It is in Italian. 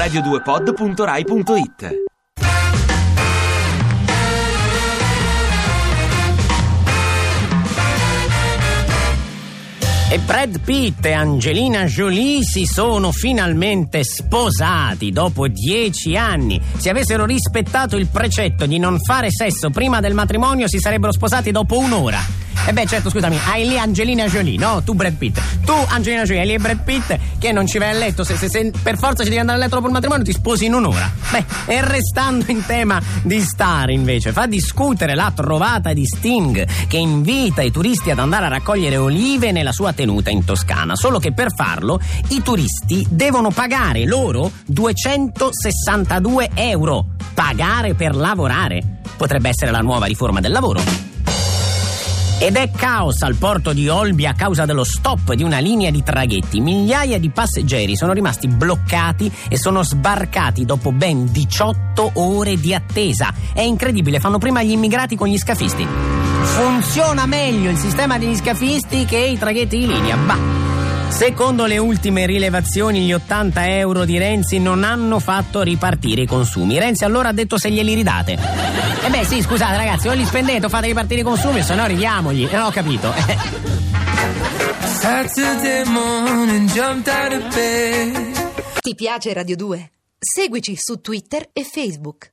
radio2pod.rai.it. E Brad Pitt e Angelina Jolie si sono finalmente sposati dopo 10 anni. Se avessero rispettato il precetto di non fare sesso prima del matrimonio, si sarebbero sposati dopo un'ora. E beh, certo, scusami, hai lì Angelina Jolie, no? Tu Brad Pitt. Tu Angelina Jolie, hai lì Brad Pitt che non ci vai a letto. Se per forza ci devi andare a letto dopo il matrimonio, ti sposi in un'ora. Beh, e restando in tema di star, invece, fa discutere la trovata di Sting, che invita i turisti ad andare a raccogliere olive nella sua tenuta in Toscana. Solo che per farlo i turisti devono pagare loro 262 euro. Pagare per lavorare. Potrebbe essere la nuova riforma del lavoro. Ed è caos al porto di Olbia a causa dello stop di una linea di traghetti. Migliaia di passeggeri sono rimasti bloccati e sono sbarcati dopo ben 18 ore di attesa. È incredibile, fanno prima gli immigrati con gli scafisti. Funziona meglio il sistema degli scafisti che i traghetti di linea. Bah! Secondo le ultime rilevazioni, gli 80 euro di Renzi non hanno fatto ripartire i consumi. Renzi allora ha detto: se glieli ridate. E beh sì, scusate ragazzi, o li spendete o fate ripartire i consumi, se no ridiamogli. Non ho capito. Saturday morning, jumped out of bed. Ti piace Radio 2? Seguici su Twitter e Facebook.